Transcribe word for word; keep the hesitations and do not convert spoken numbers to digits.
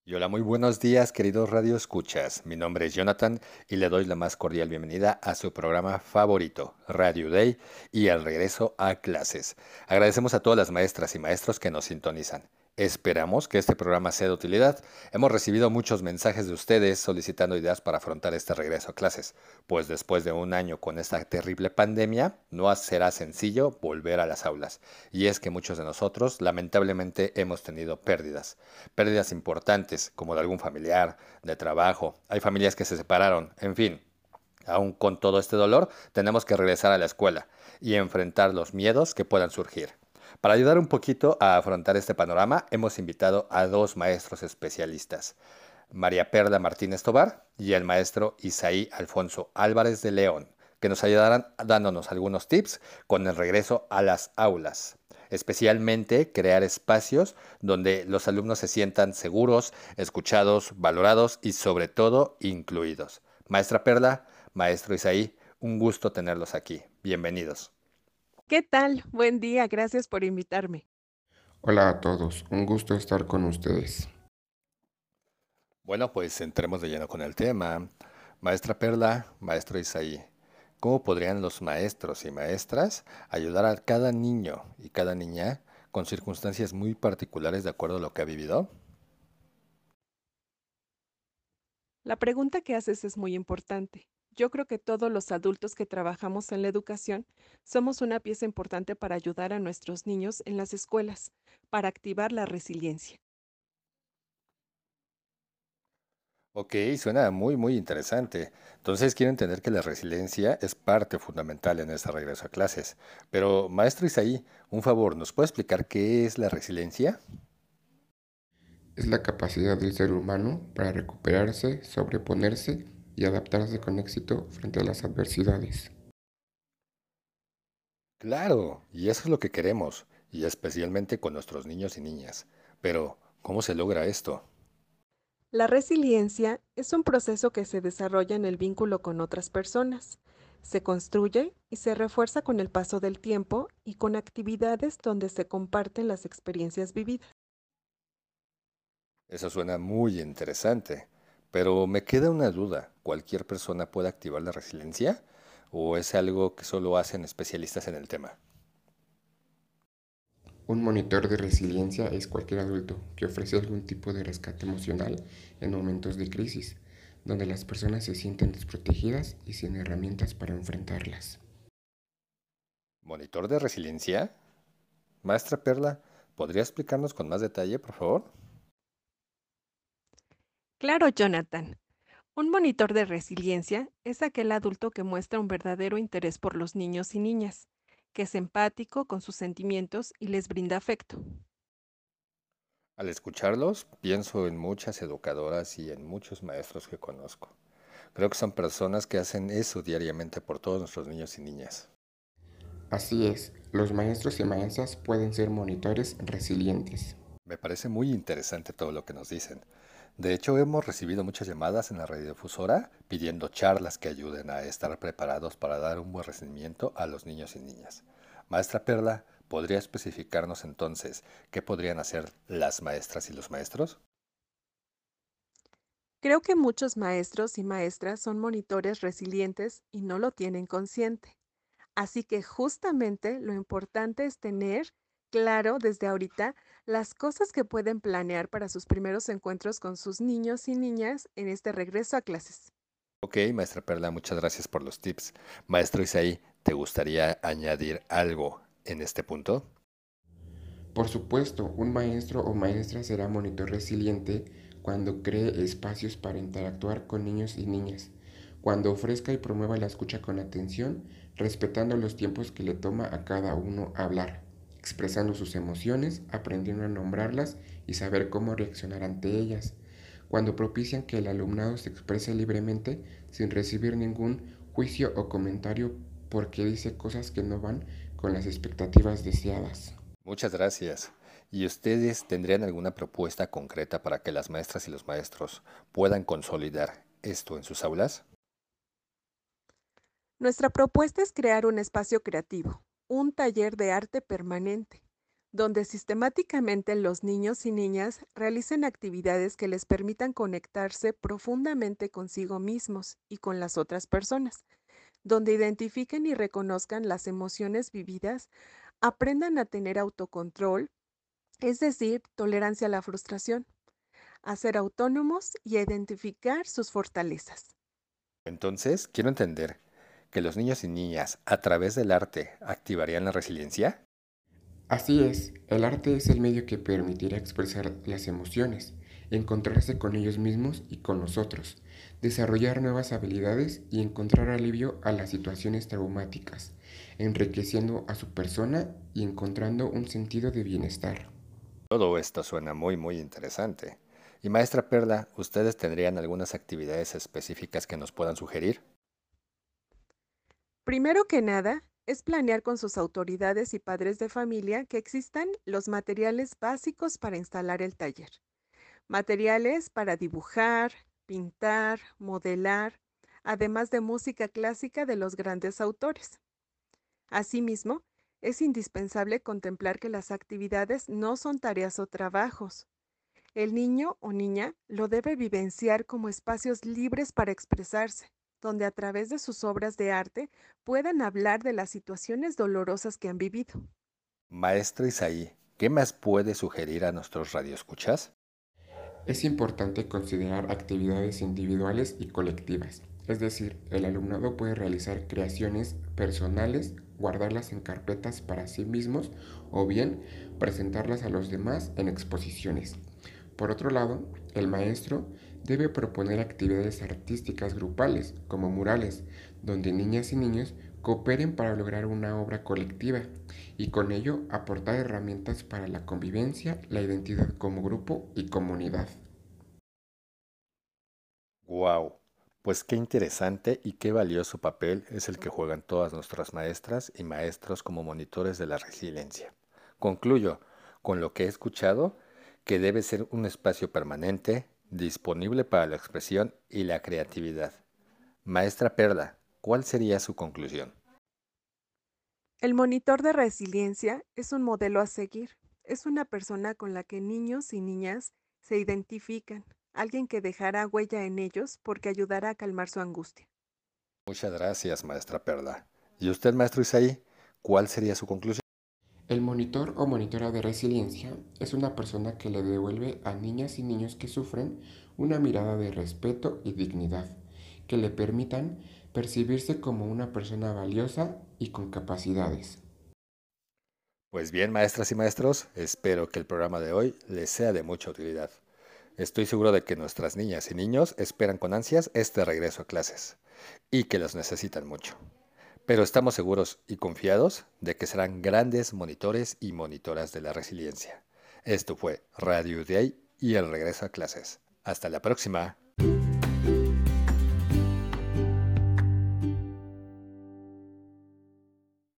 Y hola, muy buenos días, queridos Radio Escuchas. Mi nombre es Jonathan y le doy la más cordial bienvenida a su programa favorito, Radio Day y el regreso a clases. Agradecemos a todas las maestras y maestros que nos sintonizan. Esperamos que este programa sea de utilidad. Hemos recibido muchos mensajes de ustedes solicitando ideas para afrontar este regreso a clases, pues después de un año con esta terrible pandemia, no será sencillo volver a las aulas. Y es que muchos de nosotros lamentablemente hemos tenido pérdidas pérdidas importantes, como de algún familiar, de trabajo. Hay familias que se separaron, en fin. Aún con todo este dolor, tenemos que regresar a la escuela y enfrentar los miedos que puedan surgir. Para ayudar un poquito a afrontar este panorama, hemos invitado a dos maestros especialistas, María Perla Martínez Tobar y el maestro Isaí Alfonso Álvarez de León, que nos ayudarán dándonos algunos tips con el regreso a las aulas. Especialmente crear espacios donde los alumnos se sientan seguros, escuchados, valorados y sobre todo incluidos. Maestra Perla, maestro Isaí, un gusto tenerlos aquí. Bienvenidos. ¿Qué tal? Buen día, gracias por invitarme. Hola a todos, un gusto estar con ustedes. Bueno, pues entremos de lleno con el tema. Maestra Perla, maestro Isaí, ¿cómo podrían los maestros y maestras ayudar a cada niño y cada niña con circunstancias muy particulares de acuerdo a lo que ha vivido? La pregunta que haces es muy importante. Yo creo que todos los adultos que trabajamos en la educación somos una pieza importante para ayudar a nuestros niños en las escuelas, para activar la resiliencia. Ok, suena muy, muy interesante. Entonces quiero entender que la resiliencia es parte fundamental en este regreso a clases. Pero, maestro Isaí, un favor, ¿nos puede explicar qué es la resiliencia? Es la capacidad del ser humano para recuperarse, sobreponerse y adaptarse con éxito frente a las adversidades. Claro, y eso es lo que queremos, y especialmente con nuestros niños y niñas. Pero, ¿cómo se logra esto? La resiliencia es un proceso que se desarrolla en el vínculo con otras personas. Se construye y se refuerza con el paso del tiempo y con actividades donde se comparten las experiencias vividas. Eso suena muy interesante, pero me queda una duda. ¿Cualquier persona puede activar la resiliencia? ¿O es algo que solo hacen especialistas en el tema? Un monitor de resiliencia es cualquier adulto que ofrece algún tipo de rescate emocional en momentos de crisis, donde las personas se sienten desprotegidas y sin herramientas para enfrentarlas. ¿Monitor de resiliencia? Maestra Perla, ¿podría explicarnos con más detalle, por favor? Claro, Jonathan. Un monitor de resiliencia es aquel adulto que muestra un verdadero interés por los niños y niñas, que es empático con sus sentimientos y les brinda afecto. Al escucharlos, pienso en muchas educadoras y en muchos maestros que conozco. Creo que son personas que hacen eso diariamente por todos nuestros niños y niñas. Así es, los maestros y maestras pueden ser monitores resilientes. Me parece muy interesante todo lo que nos dicen. De hecho, hemos recibido muchas llamadas en la radiodifusora pidiendo charlas que ayuden a estar preparados para dar un buen recibimiento a los niños y niñas. Maestra Perla, ¿podría especificarnos entonces qué podrían hacer las maestras y los maestros? Creo que muchos maestros y maestras son monitores resilientes y no lo tienen consciente. Así que justamente lo importante es tener claro desde ahorita las cosas que pueden planear para sus primeros encuentros con sus niños y niñas en este regreso a clases. Ok, maestra Perla, muchas gracias por los tips. Maestro Isaí, ¿te gustaría añadir algo en este punto? Por supuesto, un maestro o maestra será monitor resiliente cuando cree espacios para interactuar con niños y niñas, cuando ofrezca y promueva la escucha con atención, respetando los tiempos que le toma a cada uno hablar, expresando sus emociones, aprendiendo a nombrarlas y saber cómo reaccionar ante ellas, cuando propician que el alumnado se exprese libremente sin recibir ningún juicio o comentario porque dice cosas que no van con las expectativas deseadas. Muchas gracias. ¿Y ustedes tendrían alguna propuesta concreta para que las maestras y los maestros puedan consolidar esto en sus aulas? Nuestra propuesta es crear un espacio creativo, un taller de arte permanente, donde sistemáticamente los niños y niñas realicen actividades que les permitan conectarse profundamente consigo mismos y con las otras personas, donde identifiquen y reconozcan las emociones vividas, aprendan a tener autocontrol, es decir, tolerancia a la frustración, a ser autónomos y a identificar sus fortalezas. Entonces, quiero entender que los niños y niñas, a través del arte, activarían la resiliencia. Así es, el arte es el medio que permitirá expresar las emociones, encontrarse con ellos mismos y con nosotros, desarrollar nuevas habilidades y encontrar alivio a las situaciones traumáticas, enriqueciendo a su persona y encontrando un sentido de bienestar. Todo esto suena muy, muy interesante. Y maestra Perla, ¿ustedes tendrían algunas actividades específicas que nos puedan sugerir? Primero que nada, es planear con sus autoridades y padres de familia que existan los materiales básicos para instalar el taller. Materiales para dibujar, pintar, modelar, además de música clásica de los grandes autores. Asimismo, es indispensable contemplar que las actividades no son tareas o trabajos. El niño o niña lo debe vivenciar como espacios libres para expresarse, donde a través de sus obras de arte puedan hablar de las situaciones dolorosas que han vivido. Maestro Isaí, ¿qué más puede sugerir a nuestros radioescuchas? Es importante considerar actividades individuales y colectivas, es decir, el alumnado puede realizar creaciones personales, guardarlas en carpetas para sí mismos o bien presentarlas a los demás en exposiciones. Por otro lado, el maestro debe proponer actividades artísticas grupales, como murales, donde niñas y niños cooperen para lograr una obra colectiva y con ello aportar herramientas para la convivencia, la identidad como grupo y comunidad. ¡Wow! Pues qué interesante y qué valioso papel es el que juegan todas nuestras maestras y maestros como monitores de la resiliencia. Concluyo con lo que he escuchado, que debe ser un espacio permanente, disponible para la expresión y la creatividad. Maestra Perla, ¿cuál sería su conclusión? El monitor de resiliencia es un modelo a seguir. Es una persona con la que niños y niñas se identifican, alguien que dejará huella en ellos porque ayudará a calmar su angustia. Muchas gracias, maestra Perla. ¿Y usted, maestro Isaí, cuál sería su conclusión? El monitor o monitora de resiliencia es una persona que le devuelve a niñas y niños que sufren una mirada de respeto y dignidad, que le permitan percibirse como una persona valiosa y con capacidades. Pues bien, maestras y maestros, espero que el programa de hoy les sea de mucha utilidad. Estoy seguro de que nuestras niñas y niños esperan con ansias este regreso a clases y que los necesitan mucho. Pero estamos seguros y confiados de que serán grandes monitores y monitoras de la resiliencia. Esto fue Radio Day y el regreso a clases. Hasta la próxima.